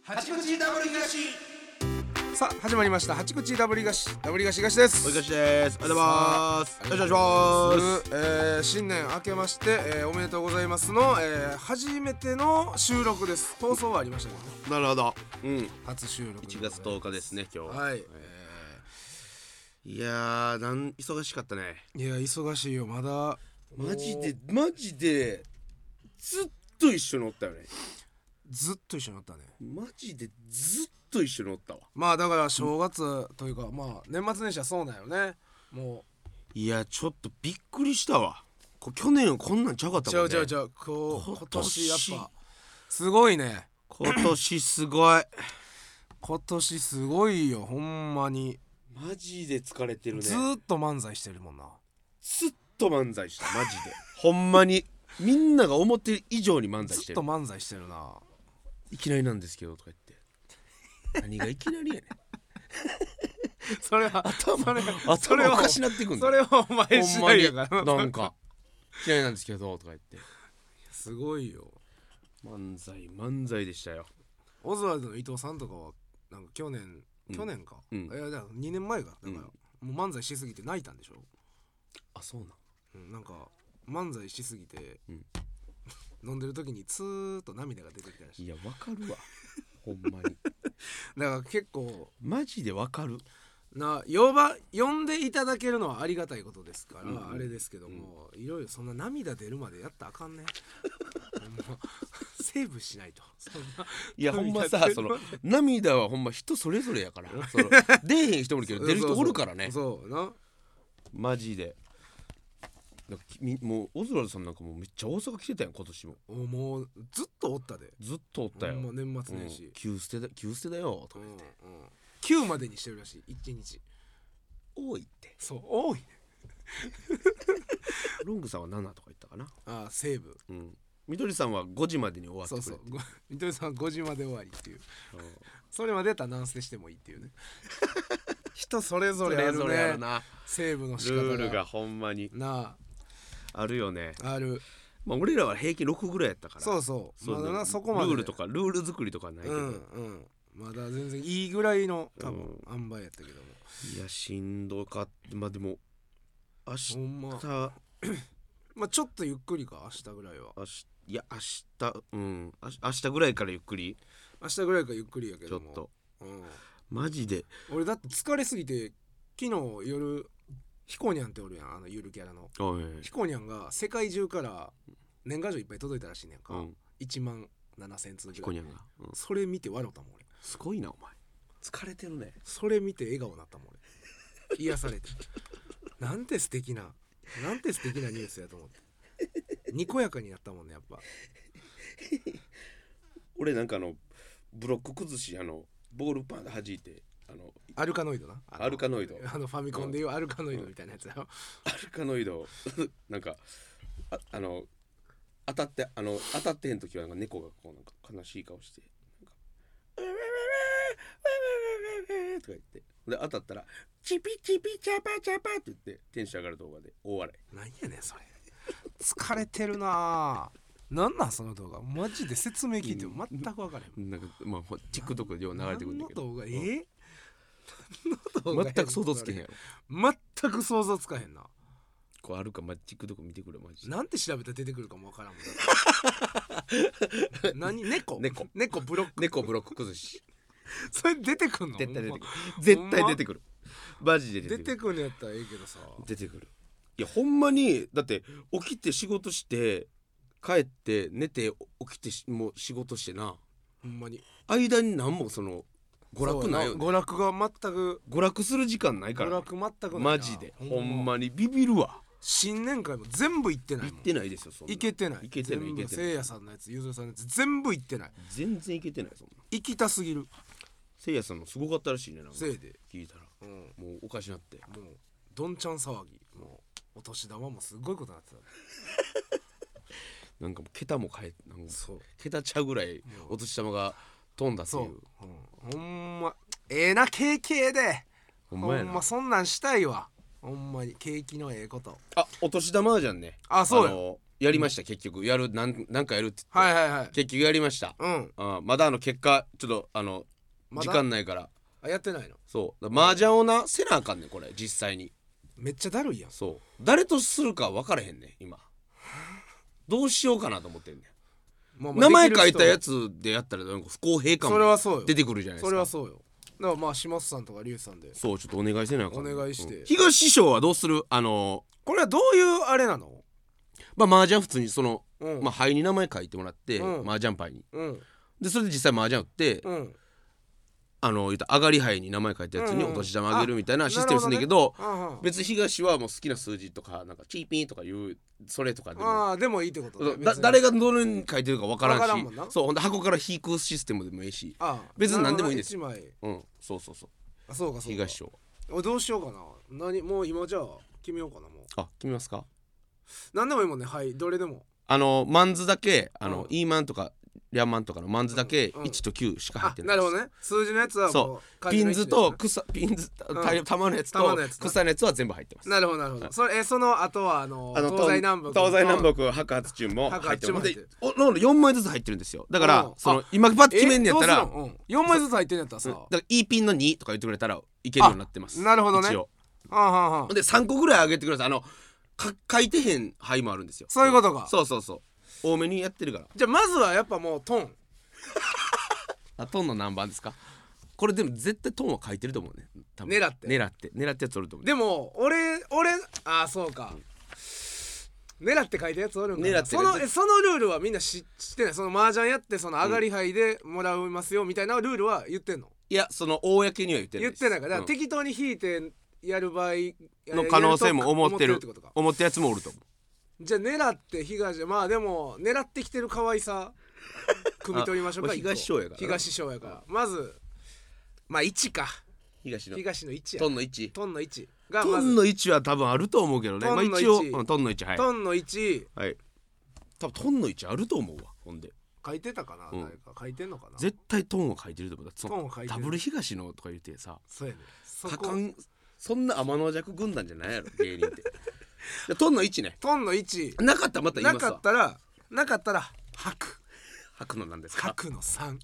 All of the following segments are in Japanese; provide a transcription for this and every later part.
八口ダブル東。 さあ始まりました八口ダブル東です。 おいかしです。ありがとうございます。よろしくお願いします。 新年明けまして、おめでとうございますの、初めての収録です。放送はありましたけどね。 なるほど。 初収録 1月10日ですね今日は。 はい、 いやー忙しかったね。 いや忙しいよまだ。 マジでずっと一緒におったよね。 ずっと一緒におったね。 マジでずっと一緒におったわ。 まあだから正月というか、まあ年末年始はそうなんよね。もいやちょっとびっくりしたわ。去年はこんなんちゃうかったもんね。 ちゃう今年やっぱすごいね。 今年すごい。 今年すごいよほんまに。 マジで疲れてるね。 ずーっと漫才してるもんな。 ずっと漫才してマジでほんまにみんなが思ってる以上に漫才してる。 ずっと漫才してるな。 いきなりなんですけどとか言って何がいきなりやねんそれは頭おかしなってくんだ。 それはお前次第やからなんかいきなりなんですけどとか言ってすごいよ。 漫才でしたよ。 オズワルドの伊藤さんとかはなんか去年か、 うんいやだから2年前かだから、もう漫才しすぎて泣いたんでしょ。 あそうなん。 なんか漫才しすぎて、飲んでる時にツーッと涙が出てきたらしい。 いやわかるわほんまにだから結構マジでわかるな。呼んでいただけるのはありがたいことですから、あれですけども、いろいろそんな涙出るまでやったらあかんねほんまセーブしないと。そんないやほんまさその涙はほんま人それぞれやからその出えへん人もいるけど出る人おるからね。 そうなマジでなんかもうオズワルドさんなんかもうめっちゃ大阪来てたやん今年も。 もうずっとおったで。 ずっとおったよ。 ほんま年末年始、 急捨てだよとか言って、 9までにしてるらしい1日。 多いって。 そう多い。 ロングさんは7とか言ったかな。 ああセーブ。 みどりさんは5時までに終わってくれて。 そうみどりさんは5時まで終わりっていう。それまでやったら何捨てしてもいいっていうね。人それぞれあるね。 あるなセーブの仕方が。 ルールがほんまになあるよね。 ある。 まあ俺らは平均6ぐらいやったから。 そうまだなそこまでルール作りとかないけど、 まだ全然いいぐらいの多分塩梅やったけども。 いやしんどかった。まあでも明日ほんままあちょっとゆっくりか明日ぐらいは。 明日ぐらいからゆっくり。 明日ぐらいからゆっくりやけどもちょっと、マジで俺だって疲れすぎて昨日夜ヒコニャンっておるやんゆるキャラのヒコニャンが世界中から年賀状いっぱい届いたらしいねんか、1万7000通ぐらい。 ヒコニャンが、 それ見て笑ったもん俺。 すごいなお前疲れてるね。 それ見て笑顔になったもん俺。癒されてなんて素敵なニュースやと思ってにこやかになったもんねやっぱ。 俺なんかブロック崩しボールパンで弾いてアルカノイドな。 アルカノイドファミコンでいうアルカノイドみたいなやつやろ。 アルカノイドなんか当たってへん時はなんか猫がこうなんか悲しい顔してなんかとか言ってで当たったらチピチピチャパチャパって言ってテンション上がる動画で大笑い。 なんやねんそれ。疲れてるなぁ。なんその動画マジで説明聞いても全く分からへん。 なんかまあTikTok でよう流れてくるんだけど何の動画全く想像つけへんやろ。 全く想像つかへんな。 こうあるかTikTok 見てくれマジで。 なんて調べたら出てくるかも分からんもん。何猫ブロック崩しそれ出てくんの。 絶対出てくるマジで出てくるのやったらええけどさ。 出てくる。いやほんまにだって起きて仕事して帰って寝て起きてもう仕事してなほんまに間に何もその娯楽ないよね。 娯楽が全く娯楽する時間ないから、 娯楽全くないなマジでほんまにビビるわ。 新年会も全部行ってないもん。 行ってないですよそんな。 行けてない全部せいやさんのやつゆずるさんのやつ全部行ってない。 全然行けてないそんな。 行きたすぎる。 せいやさんのすごかったらしいね。なんかせいで聞いたら、もうおかしなってもうどんちゃん騒ぎ。もうお年玉もすごいことになってた。 なんかもう桁も変えなんかそう桁ちゃうぐらいお年玉が飛んだっていう。 ほんまな景気でほんまやな。 ほんまそんなんしたいわほんまに景気のええこと。 お年玉じゃんね。 そうややりました、結局なんかやるって言って、 はいはいはい。 結局やりました。まだ結果ちょっとまだ時間ないから。 やってないの。 そう麻雀をせなあかんねんこれ実際に。 めっちゃだるいやん。 そう誰とするか分からへんねん今。どうしようかなと思ってんねん。名前書いたやつでやったらなんか不公平感も出てくるじゃないですか。 それはそうよ。だから島津さんとか龍さんでそうちょっとお願いせなあかん。 お願いして、 東師匠はどうする？ これはどういうあれなの？ 麻雀普通に牌に名前書いてもらって、麻雀牌に、でそれで実際麻雀打って、言った上がり牌に名前書いたやつにお年玉あげるみたいなシステムすんだけど、別に東はもう好きな数字とかなんかチーピンとかいうそれとかでもいいってことね。 誰がどれに書いてるか分からんし、そうほんで箱から引くシステムでもいいし、別に何でもいいんですよ。そうそうか東賞どうしようかな。もう今じゃあ決めようかな。もう決めますか？ 何でもいいもんね。はいどれでも。 マンズだけイーマンとかリャンマンとかのマンズだけ1と9しか入ってない。 なるほどね。数字のやつはもうピンズとピンズ玉のやつと草のやつは全部入ってます。 なるほどなるほど。その後は東西南北白髪中も入ってます。4枚ずつ入ってるんですよ。だから今パッと決めんねやったら 4枚ずつ入ってんやったらさ、だから E ピンの2とか言ってくれたらいけるようになってます。 なるほどね。 一応で3個ぐらい上げてください。書いてへん牌もあるんですよ。 そういうことか。 そう多めにやってるから。 じゃあまずはやっぱもうトントンの何番ですか？これでも絶対トンは書いてると思うね。多分狙ってやつおると思う。 でも俺そうか、狙って書いたやつおるんかな。そのルールはみんな知ってない？その麻雀やってその上がり牌でもらいますよみたいなルールは言ってんの？ いや公には言ってない。 言ってないから、適当に引いてやる場合の可能性も思ってやつもおると思う。 じゃあ狙って東でも狙ってきてる可愛さ汲み取りましょうか。 東賞やからまず1か。東の1や。トンの1がまず。トンの1は多分あると思うけどね。一応トンの1はい。 トンの1 はい。多分トンの1あると思うわ。ほんで書いてたかな、誰か書いてんのかな。 絶対トンを書いてると思う。 トンを書いてる。 ダブル東のとか言ってさ。 そうやね。 そんな天の弱軍団じゃないやろ芸人って。トンの1ね。 トンの1 なかったらまた言いますわ。 なかったら白の何ですか？ 白の3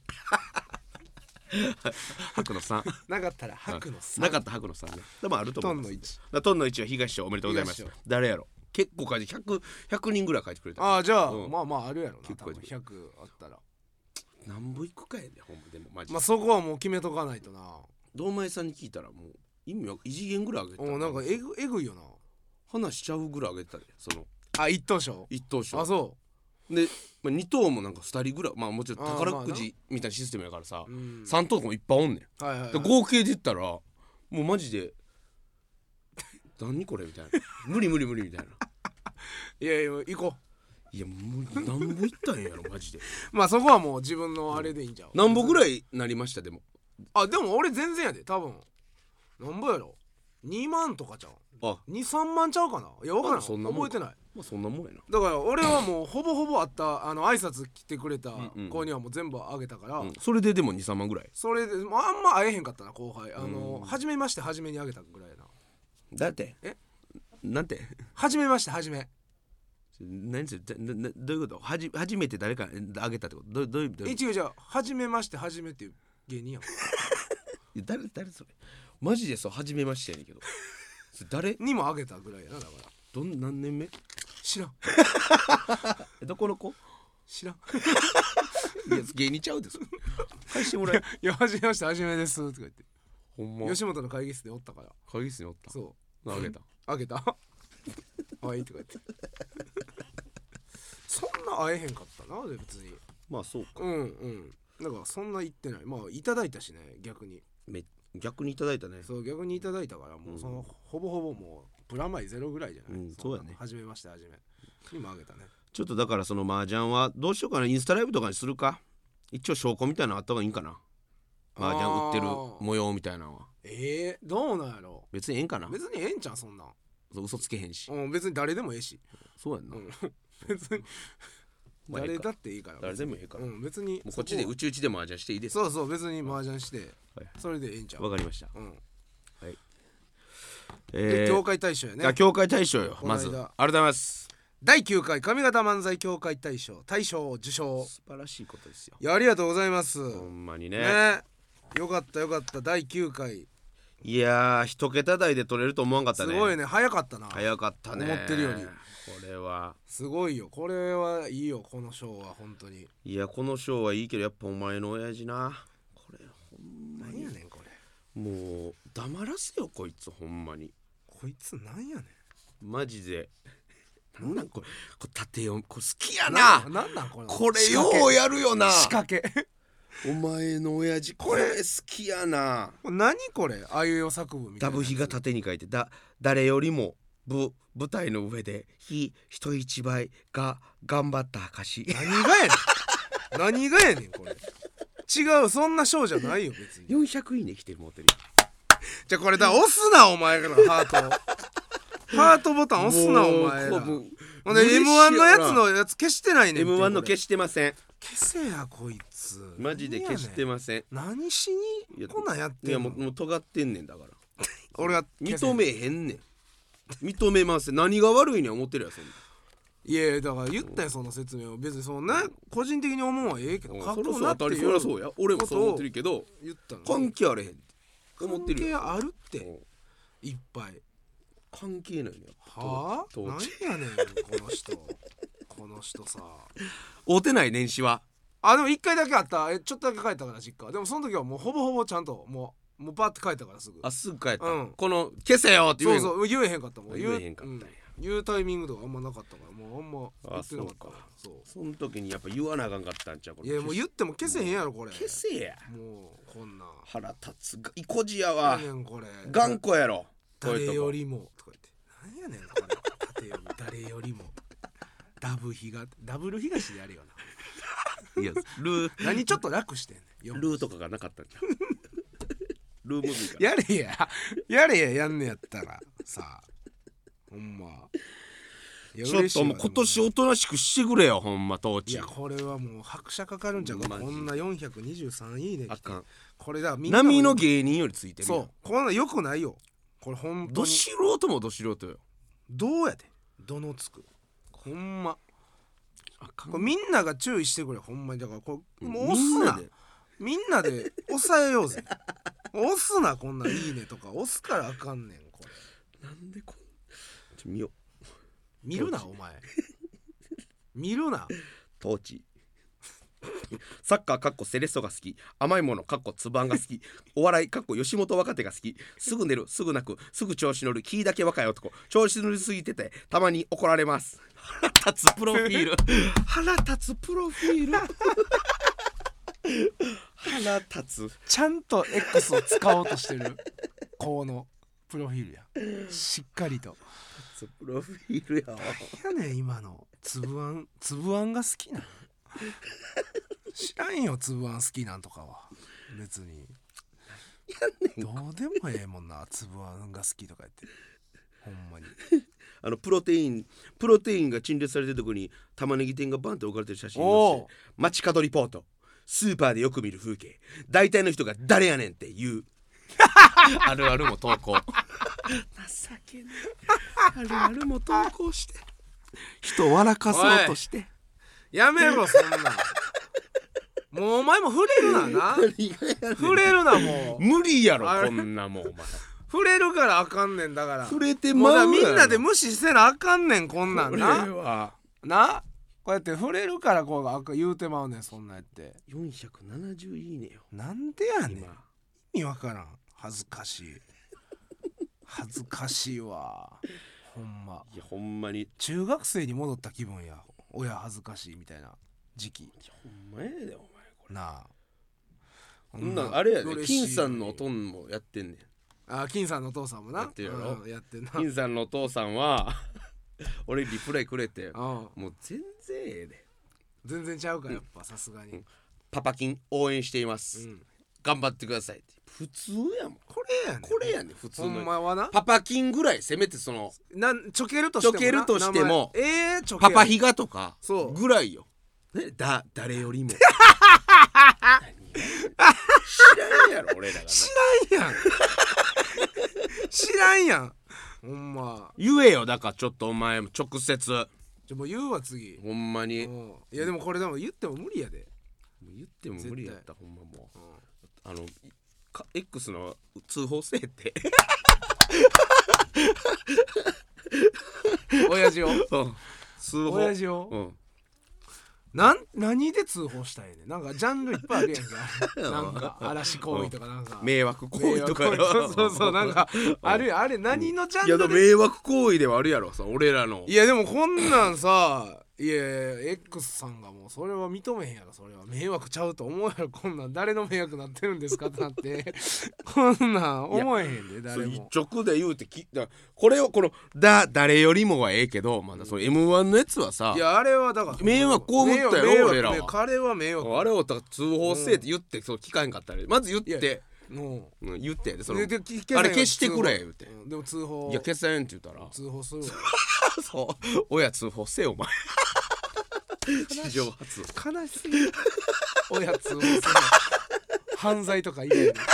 白の3 なかったら白の3 なかった白の3ね。多分あると思う。 トンの1 トンの1は東賞おめでとうございます。誰やろ？結構書いて100人ぐらい書いてくれた。 じゃああるやろな。多分100あったらなんぼいくかやねほんま。でもマジそこはもう決めとかないとな。 堂前さんに聞いたらもう異次元ぐらい上げてた。 なんかえぐいよな。 話しちゃうぐらい上げてたで。 一等賞。 そうで、2等もなんか2人ぐらい。もちろん宝くじみたいなシステムやからさ、3等とかもいっぱいおんねん。合計で言ったらもうマジで何これみたいな。無理みたいな。 いや行こう。いやもう何ぼいったんやろマジで。 そこはもう自分のあれでいいんちゃう。 何ぼぐらいなりました？でも俺全然やで。多分何ぼやろ。2万とかちゃう。2,3万ちゃうかな。いや分からん。覚えてない。 そんなもんやな。 だから俺はもうほぼほぼあった挨拶来てくれた子にはもう全部あげたから、 それででも 2,3 万ぐらい。 それであんま会えへんかったな後輩。初めまして初めにあげたぐらいな。 だってなんて初めまして初め。 何それどういうこと？初めて誰かあげたってこと？どういうこと？ 一応じゃあ初めまして初めっていう芸人やん。 誰それマジで初めましてやねんけど。誰にもあげたぐらいやな。だから何年目？ 知らん。 どこの子？ 知らん。 いや芸人ちゃうでそれ。返してもらえ。 いや初めまして初めですとか言って。 ほんま吉本の会議室でおったから。 会議室におった。 そうあげたはいとか言って。そんな会えへんかったな別に。 そうか。 だからそんな言ってない。いただいたしね。 逆にいただいたね。 そう逆にいただいたからもうほぼほぼもうプラマイゼロぐらいじゃない。 そうやね。 初めまして初めにもあげたね。 ちょっとだから麻雀はどうしようかな。インスタライブとかにするか。一応証拠みたいなのあった方がいいんかな。麻雀売ってる模様みたいなのは。 どうなんやろ。 別にええんかな。 別にええんちゃんそんなん。 嘘つけへんし。 別に誰でもええし。 そうやんな。 別に誰だっていいから。 誰でもええから。 別にもうこっちでうちで麻雀していいですか。そう別に麻雀してそれでええんちゃう。 わかりました。 はい。協会大賞やね。 協会大賞よ。まずありがとうございます。 第9回上方漫才協会大賞を受賞。 素晴らしいことですよ。 いやありがとうございます。 ほんまにね。 よかった第9回。 いやー一桁台で取れると思わんかったね。 すごいね、早かったな。 早かったね。 思ってるより。 これはすごいよ。これはいいよ、この賞は本当に。 いやこの賞はいいけどやっぱお前の親父な。これほんまに何やねんこれ。 もう黙らせよこいつほんまに。 こいつなんやねん。 マジで。なんなんこれ縦読みこれ好きやな。 なんなんこれ。 これようやるよな。 仕掛け。 お前の親父これ好きやな。 何これ。あいうえお作文みたいな。 ダブヒが縦に書いて誰よりも舞台の上で人一倍が頑張った証。 何がやねんこれ。違う、そんな賞じゃないよ別に。 400いいね来てるもってる。 じゃあこれ押すなお前からハートボタン押すなお前ら。ほんで M1 のやつ消してないねん。 M1 の消してません。 消せやこいつ。 マジで消してません。 何しにこんなんやってんの。 いやもう尖ってんねんだから俺が認めへんねん。認めません。何が悪いねん思ってるやつ。 いやだから言ったよその説明を。別にそんな個人的に思うのはええけどそろそろ当たりそりゃそうや。俺もそう思ってるけど関係あれへんって思ってるよ。 関係あるっていっぱい関係ないね。 はあ。何やねんこの人さ。 会うてない年始は。 でも1回だけあった。ちょっとだけ帰ったから実家。でもその時はもうほぼちゃんともうパッて帰ったからすぐ。 すぐ帰った。この消せよって言えへん。 そう言えへんかったもん。 言えへんかったんや。 言うタイミングとかあんまなかったからもうあんま言ってなかったから。 その時にやっぱ言わなあかんかったんちゃう。 いやもう言っても消せへんやろこれ。 消せや。 もうこんな腹立つがいこじやわ。 これ頑固やろ。 誰よりもとか言って何やねんこれ。縦読み誰よりもダブル東でやるよな。 いやルー何ちょっと楽してんねん。 ルーとかがなかったんじゃん。ルームズいやれややんねやったらさほんま。 ちょっともう今年おとなしくしてくれよほんまトーチ。 いやこれはもう拍車かかるんちゃうか。こんな423いいね。 あかん。 これだみんな波の芸人よりついてる。 そうこんなよくないよこれほんとに。 ど素人もど素人よ。 どうやでどのつくほんま。 あかん。 これみんなが注意してくれほんまに。だからもう押すな。みんなで抑えようぜ。押すなこんないいねとか押すからあかんねんこれ。なんで見よ。 見るなお前。見るな。 トーチ。サッカーかっこセレッソが好き。甘いものかっこつばんが好き。お笑いかっこ吉本若手が好き。すぐ寝るすぐ泣くすぐ調子乗るキーだけ若い男。調子乗りすぎててたまに怒られます。腹立つプロフィール。腹立つプロフィール。腹立つ。 ちゃんと X を使おうとしてるこのプロフィールや。しっかりとプロフィールやわ。 やねん今のつぶあんが好きなん知らんよ。つぶあん好きなんとかは別にどうでもええもんな。つぶあんが好きとか言ってほんまに。 プロテインが陳列されてるとこに玉ねぎ店がバンって置かれてる写真をして街角リポート。スーパーでよく見る風景。大体の人が誰やねんって言う。あるあるも投稿。情けない。あるあるも投稿して人を笑かそうとして。 やめろそんな。もうお前も触れるな。触れるなもう。 無理やろこんなもんお前。 触れるからあかんねんだから。 触れてまうやろ。 みんなで無視せなあかんねんこんなんな。なこうやって触れるからこう言うてまうねんそんなんやって。 470いいねよ。 なんでやねん。意味わからん。恥ずかしいわほんま。 いやほんまに中学生に戻った気分や。親恥ずかしいみたいな時期。 ほんまやでお前これなあ。あれやで金さんのおとんもやってんねん。 金さんのお父さんもなやってるやろ。 やってんな。 金さんのお父さんは俺リプライくれてもう全然ええで。 全然ちゃうからやっぱさすがに。 パパ金応援しています、頑張ってくださいって。普通やもんこれやねん普通の。 ほんまはなパパ金ぐらいせめてそのちょけるとしてもパパヒガとかぐらいよ。誰よりも知らんやろ俺らがな。 知らんやんほんま。 言えよだからちょっとお前も直接じゃもう言うわ次。 ほんまにいやでもこれでも言っても無理やで。 言っても無理やったほんまもう、X の通報せえって親父を通報親父を、何で通報したいねん。なんかジャンルいっぱいあるやんかなんか嵐行為とかなんか迷惑行為とかそうなんかあるやん。あれ何のジャンルで。 いや迷惑行為ではあるやろ俺らの。 いやでもこんなんさいや X さんがもうそれは認めへんやろ。それは迷惑ちゃうと思うやろ。こんなん誰の迷惑なってるんですかってなってこんなん思えへんで誰も。 一直で言うてこれをこの誰よりもはええけどまだその M1 のやつはさ、 いやあれはだから迷惑被ったやろ俺らは。 彼は迷惑。 あれをだから通報せえって言ってそう聞かへんかったらまず言って言ってでそのあれ消してくれ言うて、 でも通報いや消せんって言ったら通報するわそう親通報せえお前史上初悲しすぎる親通報する犯罪とか言えない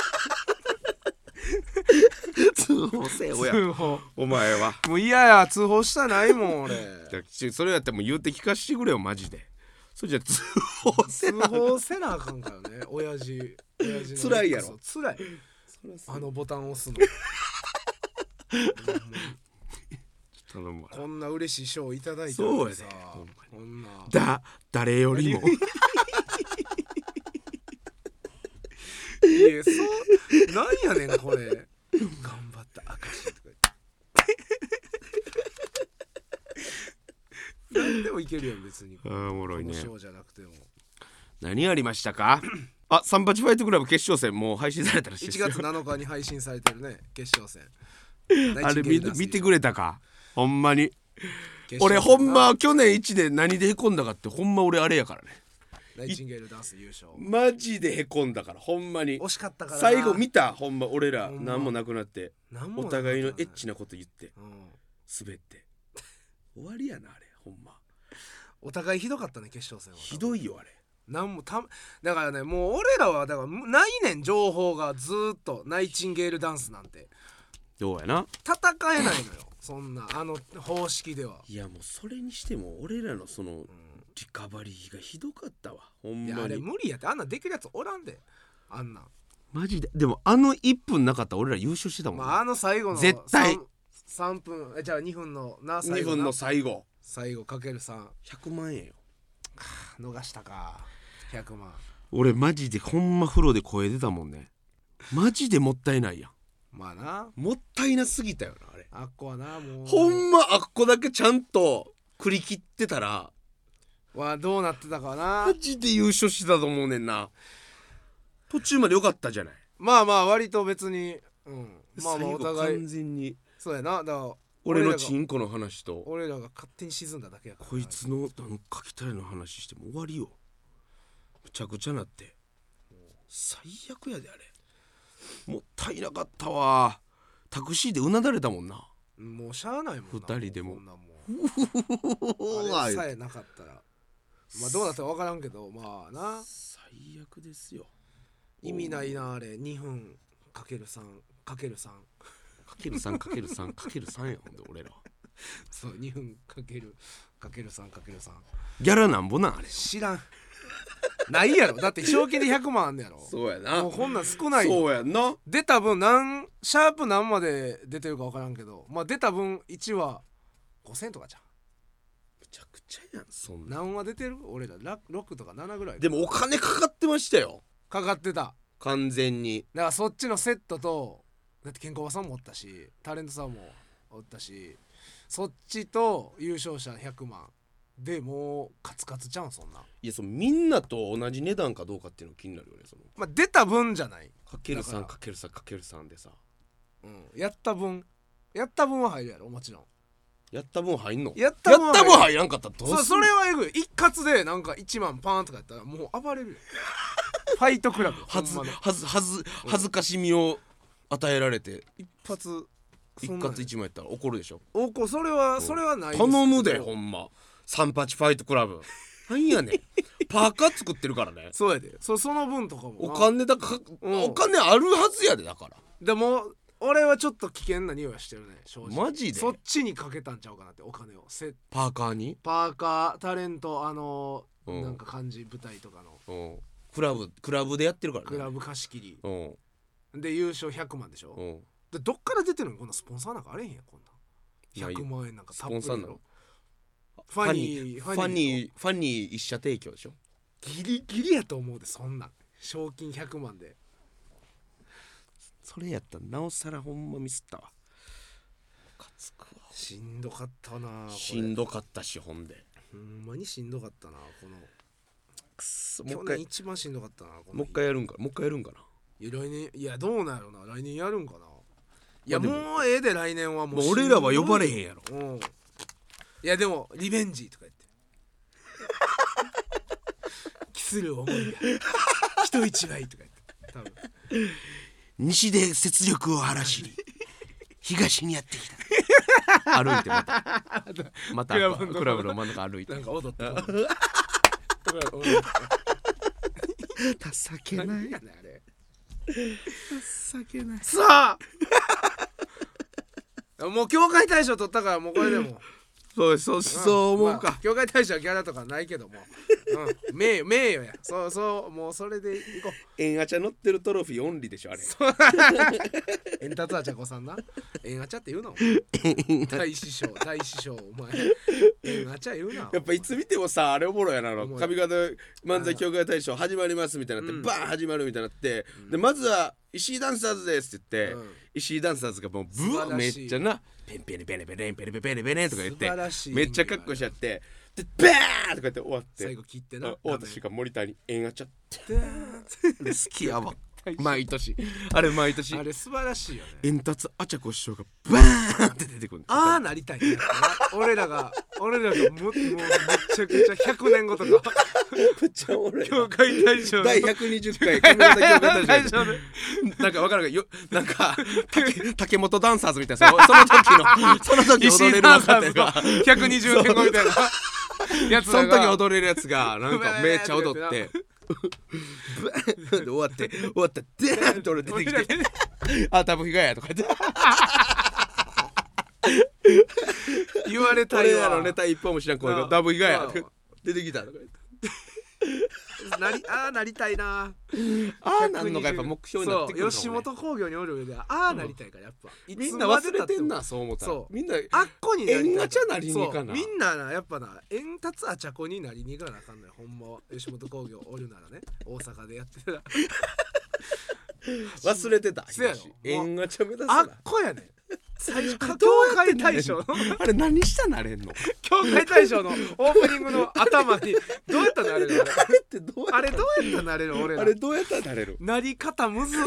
通報せえ親通報お前はもう嫌や通報したないもん俺それやったらもう言うて聞かしてくれよマジで。それじゃ通報せな通報せなあかんからね親父辛いやろ。 辛いあのボタン押すの頼むわ。 こんな嬉しい賞いただいてそうやでこんな誰よりもいやそうなんやねんこれ頑張った証とか何でもいけるやん別に。 おもろいね。 賞じゃなくても何ありましたかサンパチファイトクラブ決勝戦もう配信されたらしいですよ。 1月7日に配信されてるね決勝戦あれ見てくれたかほんまに。俺ほんま去年1で何でへこんだかってほんま俺あれやからね。 ナイチンゲールダンス優勝マジでへこんだからほんまに。 惜しかったからな。 最後見たほんま俺ら何もなくなってお互いのエッチなこと言って滑って終わりやなあれほんま。 お互いひどかったね決勝戦は。 ひどいよあれ。 なんもだからねもう俺らはだからないねん情報がずーっとナイチンゲールダンスなんてどうやな戦えないのよそんな方式では。 いやもうそれにしても俺らのそのリカバリーがひどかったわほんまに。 いやあれ無理やってあんなんできるやつおらんであんなんマジで。でも1分なかったら俺ら優勝してたもんね。 まあ最後の絶対 3分じゃあ2分の 2分の最後かける3 100万円よ。 逃したか100万。 俺マジでほんま風呂で声出たもんね。マジでもったいないやん。 まあなもったいなすぎたよなあれ。 あっこはなもうほんまあっこだけちゃんと振り切ってたらどうなってたかな。 マジで優勝してたと思うねんな。途中まで良かったじゃない。 まあ割と別にまあ最後お互い完全にそうやな。だから俺のチンコの話と俺らが勝手に沈んだだけやからこいつのかきたれの話しても終わりよ。むちゃくちゃなって最悪やであれ。もったいなかったわ。タクシーでうなだれたもんな。 もうしゃあないもんな 2人でもこんなもんあれさえなかったらまあどうなったか分からんけどまあな最悪ですよ。 意味ないなあれ2分かける3かける3 かける3かける3かける3やほんで俺らそう2分かける3かける3 ギャラなんぼなんあれ。 知らんないやろだって賞金で100万あんねやろ。 そうやな。 もうこんなん少ないよ。 そうやんな。 出た分シャープ何まで出てるか分からんけどまあ出た分1話5000とかじゃん。 むちゃくちゃやんそんな。 何話出てる俺ら6とか7ぐらいでもお金かかってましたよかかってた。 完全に。 だからそっちのセットとだって健康おばさんもおったしタレントさんもおったしそっちと優勝者100万でもうカツカツちゃうんそんな。 いやみんなと同じ値段かどうかっていうの気になるよね。 まあ出た分じゃないかける3かける3かける3でさ、 やった分は入るやろもちろん。 やった分入んの。 やった分入らんかったらどうする。 それはえぐい。一括でなんか1万パーンとかやったらもう暴れるよファイトクラブ恥ずかしみを与えられて一括 1万やったら怒るでしょ。 それはないです。 頼むでほんま38ファイトクラブなんやねんパーカー作ってるからね。 そうやでその分とかもお金あるはずやで。だからでも俺はちょっと危険な匂いはしてるね正直。 マジでそっちにかけたんちゃうかなってお金をパーカーにパーカータレントなんか漢字舞台とかのクラブでやってるからね。 クラブ貸し切りで優勝100万でしょ。でどっから出てるのこんなスポンサーなんかあれへんやんこんな100万円なんかたっぷりだろ。ファニー一社提供でしょ。 ギリギリやと思うでそんなん賞金100万で。 それやったらなおさらほんまミスったわ。 しんどかったな。 しんどかったしほんでほんまにしんどかったなこのくそ。 去年一番しんどかったな。 もう一回やるんかな。 いや来年いやどうなんやろな来年やるんかな。いやもうええで来年はもう俺らは呼ばれへんやろ。 いやでもリベンジとか言って期する思いが人一倍とか言って多分西で雪力を晴らしに東にやってきた歩いてまたクラブの真ん中歩いてなんか踊って情けないあれ情けない。 さあもう協会大賞取ったからもうこれでもそう思うか。 協会大賞はギャラとかないけども名誉や。そうもうそれでいこう。 エンガチャ乗ってるトロフィーオンリーでしょあれ。 エンタツアチャコさんな。エンガチャって言うの大師匠お前エンガチャ言うな。 やっぱいつ見てもさあれおもろいやなの上方漫才協会大賞始まりますみたいになってバーン始まるみたいになってでまずは石井ダンサーズですって言って石井ダンサーズがもうブワーめっちゃなペンペレペレペレンペレペレペレンとか言ってめっちゃカッコしちゃってでバーンとか言って終わって最後切ってな終わった瞬間モニターにエンガチャってで好きやわ毎年あれ素晴らしいよね。 エンタツアチャコ師匠がバーンって出てくる。 なりたいね俺らがもうめちゃくちゃ100年後とかめっちゃおもろい協会大賞第120回上方協会大賞なんか分からんけどなんか竹本ダンサーズみたいなその時踊れる若手が 120年後みたいなやつその時踊れるやつがなんかめっちゃ踊って終わってでーンって俺出てきてあダブヒガヤとか言って言われたいわ。 俺らのネタ一本も知らん声がダブヒガヤ出てきたとか言ってなりたいな。 なんのがやっぱ目標になってくる。 吉本興業におる上でなりたいからやっぱみんな忘れてんなそう思ったらみんなあっこになりたい。 エンガチャなりに行かな。 みんななやっぱなエンタツアチャコになりに行かなあかんのよほんまは。吉本興業おるならね大阪でやってたら忘れてた。 そうやろエンガチャ目指すあっこやね最初協会大賞あれ何したなれんの協会大賞のオープニングの頭にどうやったらなれるあれどうやったらなれる俺らあれどうやったらなれるなり方むずっ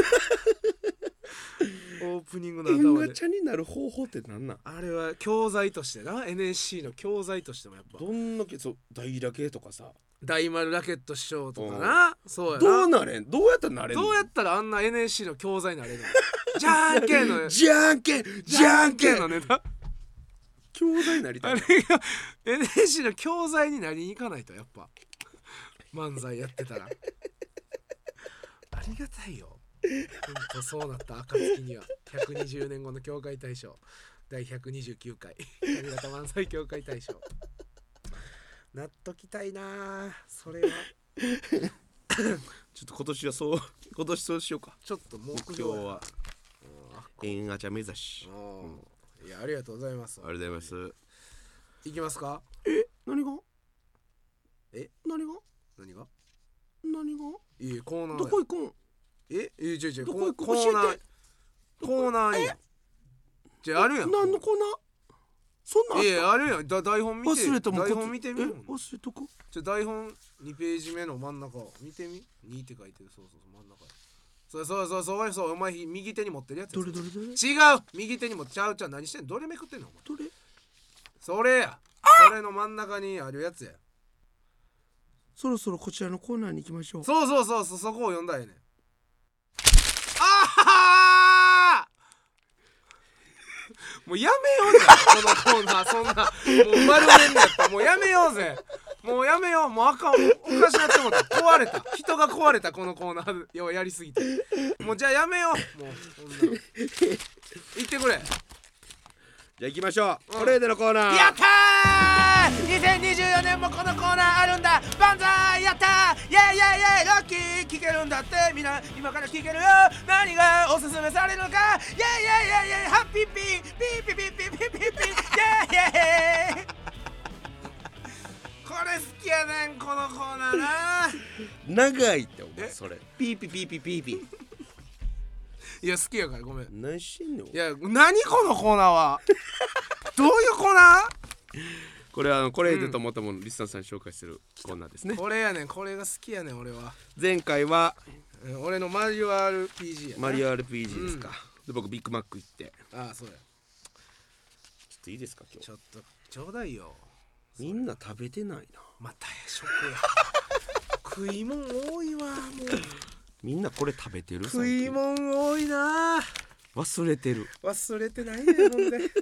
オープニングのエン頭でガチャになる方法ってなんなんあれは教材としてな NSC の教材としてもやっぱどんだけ大ラケとかさ大丸ラケット師匠とかなそうやなどうなれんどうやったらなれんのどうやったらあんな NSC の教材になれるのじゃんけんのじゃんけんのネタ教材になりたいあれが NSC の教材になりに行かないとやっぱ漫才やってたらありがたいよほんとそうなった暁には120年後の協会大賞第129回上方漫才協会大賞なっときたいなそれはちょっと今年そうしようか。 ちょっと目標はエンガチャ目指し、 いやありがとうございます。 ありがとうございます。 いきますか。 何がいいコーナーどこ行くんどこ行くコーナーやじゃああるやん何のコーナーそんなんあるやん台本見て忘れたもん台本見てみ忘れとこ台本2ページ目の真ん中見てみ2って書いてるそう真ん中そうお前右手に持ってるやつどれ違う右手に持ってちゃう何してんどれめくってんのどれそれやそれの真ん中にあるやつやそろそろこちらのコーナーに行きましょう。 そうそこを読んだらええねんあもうやめようぜこのコーナーそんなもう丸めんのやったらもうやめようぜもうやめよう、もうあかん、おかしなってもうた、壊れた、人が壊れた、このコーナーやりすぎて。もうじゃあやめよう、もうこんなの言ってくれ。 じゃあ行きましょう、これでのコーナー。 やったー、2024年もこのコーナーあるんだ、万歳、やったー、イェイイェイイェイ、ラッキー、聞けるんだって、みんな今から聞けるよ、何がおすすめされるのか、イェイイェイイェイイェイ、ハッピーピーピーピーピーピーピーピーピー、イェイイェイイェイこれ好きやねん、このコーナーな。 長いってお前それ、ピーピーピーピーピーピーいや好きやからごめん。 何してんの。 いや何このコーナーはどういうコーナこれはこれでと思ったものをリスナーさんに紹介するコーナーですね。 ー。これやねん、これが好きやねん俺は。 前回は俺のマリオ RPG やな。 マリオ RPG ですか、で僕ビッグマック行って、 ああそうや、 ちょっといいですか今日。 ちょっとちょうだいよ。 みんな食べてないな。 またや、食や食いもん多いわ、もうみんなこれ食べてる。 食いもん多いな。 忘れてる。 忘れてないねほんでずっ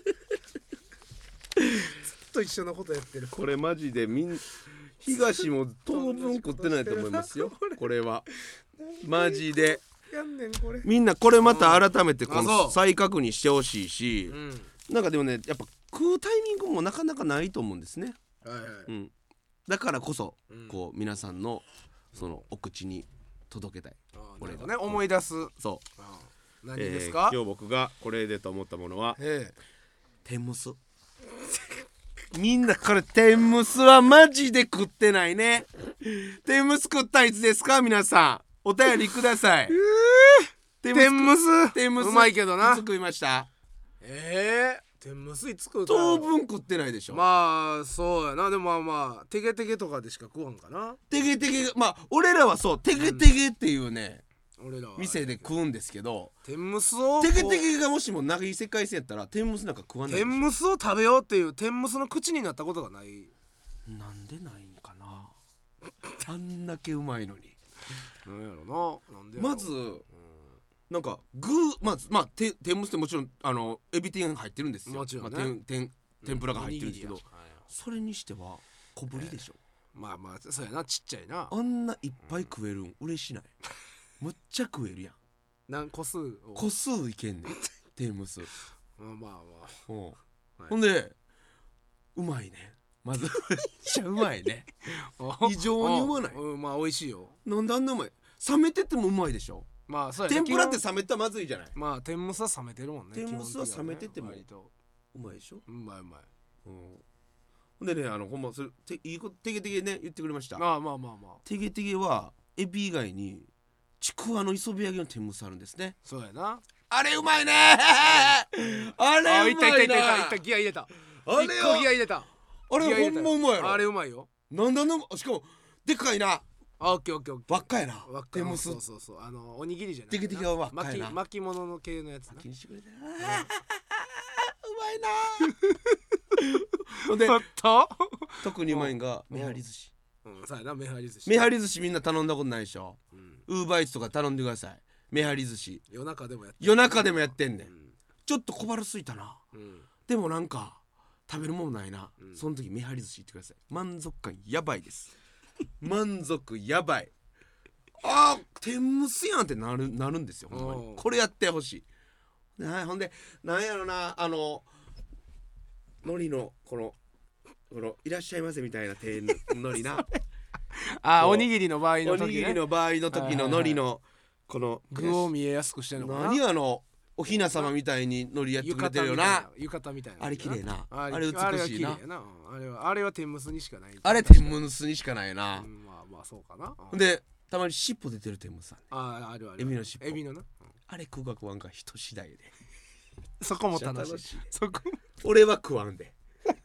と一緒のことやってる。 これマジで東も当分食ってないと思いますよこれはマジでやんねんこれ。 みんなこれまた改めてこあそうの再確認してほしいし、 うん、 なんかでもねやっぱ食うタイミングもなかなかないと思うんですね、 はいはい、 うん、だからこそ、 うん、 こう皆さんのそのお口に届けたい。 俺がね思い出す。 そう何ですか、 今日僕がこれでと思ったものは天むすみんなこれ天むすはマジで食ってないね。天むす食ったいつですか皆さん、お便りください。 天むすうまいけどな。 いつ食いました？ 天むすいつ食うた？ 当分食ってないでしょ。 まあそうやな。でもまあテゲテゲとかでしか食わんかな。 テゲテゲ、まあ俺らはそうテゲテゲっていうね、 俺らは店で食うんですけど、 天むすをテゲテゲがもしも長い世界線やったら天むすなんか食わないでしょ。 天むすを食べようっていう天むすの口になったことがない。 なんでないんかなあんだけうまいのに。 なんやろな。なんでやろ。 まずなんかまず天むすってもちろんエビ天入ってるんですよ。 もちろんね、 天ぷらが入ってるんですけど、 おにぎりやそれにしては小ぶりでしょ。 まあまあそうやな、ちっちゃいな。 あんないっぱい食えるん嬉しない？むっちゃ食えるやん。 個数を個数いけんねん天むす。 まあまあ、 ほんでうまいね。まずめっちゃうまいね。異常にうまない？ まあ美味しいよ。 なんであんなうまい？冷めててもうまいでしょ。 まあそうやね。 天ぷらって冷めたらまずいじゃない。 まあ天むすは冷めてるもんね。 天むすは冷めててもうまいでしょ。 うまいうまい。 ほんでねほんまそれいいことテゲテゲね言ってくれました。 まあテゲテゲはエビ以外にちくわの磯辺揚げの天むすあるんですね。 そうやな。 あれうまいねあれうまいな。 いったギア入れた。 あれよギア入れた。 あれほんまうまいやろ。 あれうまいよ。 なんだしかもでかいな。 オッケー輪っかやな。 天むす。そうおにぎりじゃない。 テゲテゲは輪っかやな。 巻物の系のやつな。 気にしてくれてな。うまいなほんで特にうまいんがめはり寿司。 そうやな、めはり寿司。 めはり寿司みんな頼んだことないでしょ。ウーバーイーツとか頼んでください。めはり寿司夜中でもやってんねん。ちょっと小腹すいたな、でもなんか食べるもんないな、その時めはり寿司行ってください。満足感やばいです満足やばい。天むすやんってなるんですよ。ほんまにこれやってほしい。ほんでなんやろな、海苔のこのいらっしゃいませみたいな手の海苔なおにぎりの場合の時ね。 おにぎりの場合の時の海苔のこの具を見えやすくしてんのかな。 何おひな様みたいに海苔やってくれてるよな。 浴衣みたいな。 あれ綺麗な。あれ美しいな。 あれは天むすにしかない。 あれ天むすにしかないな。 まあそうかな。 でたまに尻尾出てる天むすあるエビの尻尾。 エビのな。 あれ食うか食わんか人次第で。 そこも楽しい。 俺は食わんで。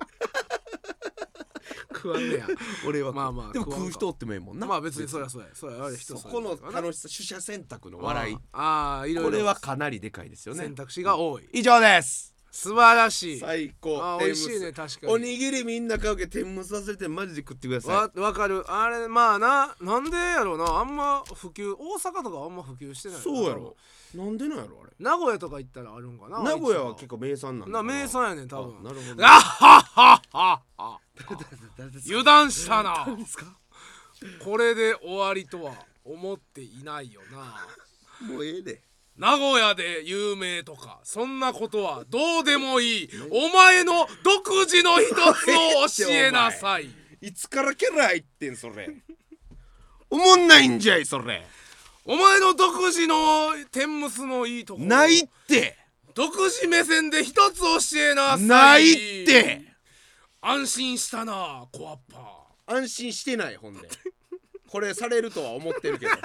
食わんねや。 俺はまあでも食う人おってもええもんな。 まあ別にそりゃそうや。あれ人そこの楽しさ、取捨選択の笑い。 いろいろ。 これはかなりでかいですよね。 選択肢が多い。 以上です。 素晴らしい。 最高。 美味しいね、確かに。 おにぎりみんな買うけど天むす忘れてマジで食ってください。わかる。あれまあなんでやろうな、あんま普及、大阪とかあんま普及してない。 そうやろ。なんでなんやろあれ。 名古屋とか行ったらあるんかな。 名古屋は結構名産なんだ。 名産やねん多分。 なるほど。 あはははは。油断したな。これで終わりとは思っていないよな。 もうええで。 名古屋で有名とかそんなことはどうでもいい。お前の独自の一つを教えなさい。 いつからキャラ入ってんそれ。おもんないんじゃいそれ。 お前の独自の天むすのいいところないって。 独自目線で一つ教えなさい。 ないって。 安心したなコアッパー。安心してない。ほんでこれされるとは思ってるけど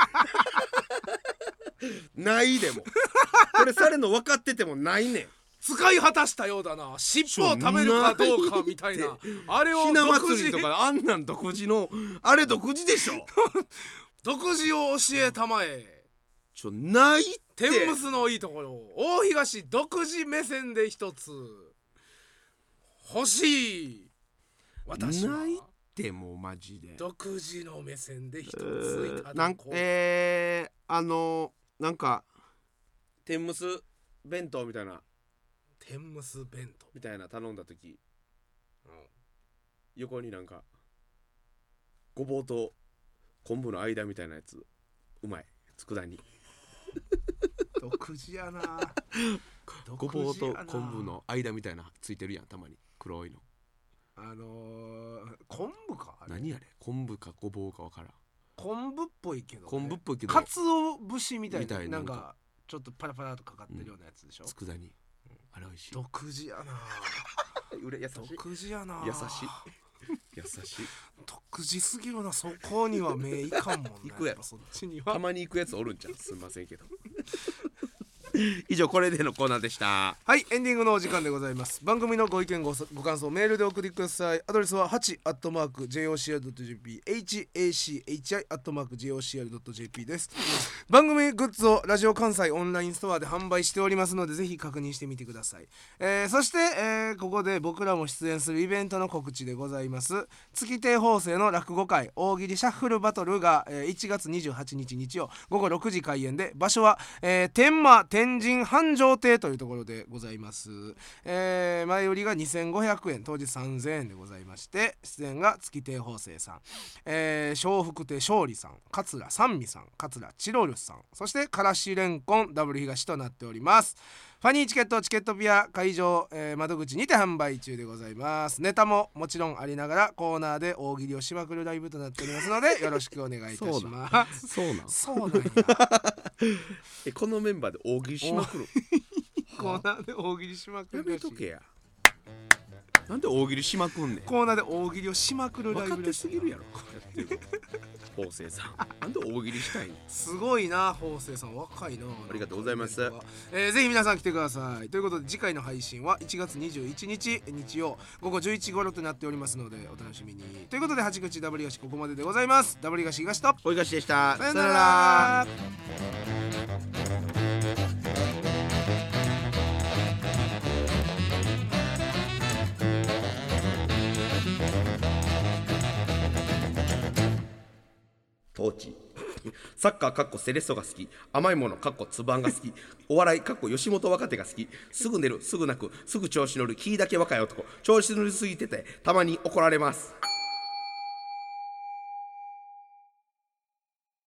ないでもこれされるの分かっててもないねん。 使い果たしたようだな。尻尾を食べるかどうかみたいな。あれをひな祭りとかあんなん独自のあれ独自でしょ独自を教えたまえ。 ないって。 天むすのいいところ大東独自目線で一つ欲しい。私はないってもうマジで独自の目線で一ついただこう。なんか天むす弁当みたいな天むす弁当みたいな頼んだ時、横になんかごぼうと昆布の間みたいなやつうまい佃煮独自やなごぼうと昆布の間みたいなついてるやんたまに黒いの。 昆布かあれ。 何あれ昆布かごぼうかわからん。 昆布っぽいけど、ね、 昆布っぽいけどかつお節みたいななんかちょっとパラパラとかかってるようなやつでしょ。 佃煮、あれ美味しい。 独自やな優しい。 独自やな優しい優しい。 独自すぎるな。そこには目いかんもんね行くやろそっちには。 たまに行くやつおるんちゃう。すんませんけど以上これでのコーナーでした。 はい、エンディングのお時間でございます。番組のご意見 ご感想メールでお送りください。アドレスは 8@jocr.jp hachi@jocr.jp です。番組グッズをラジオ関西オンラインストアで販売しておりますのでぜひ確認してみてください。そして、ここで僕らも出演するイベントの告知でございます。月亭方正の落語会大喜利シャッフルバトルが、1月28日日曜午後6時開演で、場所は、天満天神繁盛亭というところでございます。前売りが2500円当日3000円でございまして、出演が月亭方正さん、笑福亭勝利さん、桂三味さん、桂チロルさん、そしてからしれんこんダブル東となっております。ファニーチケットチケットピア会場、窓口にて販売中でございます。ネタももちろんありながらコーナーで大喜利をしまくるライブとなっておりますのでよろしくお願いいたします。 そうなんそうなんやこのメンバーで大喜利しまくるコーナーで大喜利しまくるらしい。 やめとけや。なんで大喜利しまくんねん。 コーナーで大喜利をしまくるライブ分かってすぎるやろやってる方正さんなんで大喜利したいの。 すごいな方正さん若いな。 ありがとうございます。 ぜひ皆さん来てください。ということで次回の配信は1月21日日曜午後11時頃となっておりますのでお楽しみに。ということで八口ダブリガシここまででございます。ダブリガシ東と小東でした。 さよなら。 トーチサッカーかっこセレッソが好き、甘いものかっこツバンが好き、お笑いかっこ吉本若手が好き、すぐ寝るすぐ泣くすぐ調子乗る気だけ若い男、調子乗りすぎててたまに怒られます。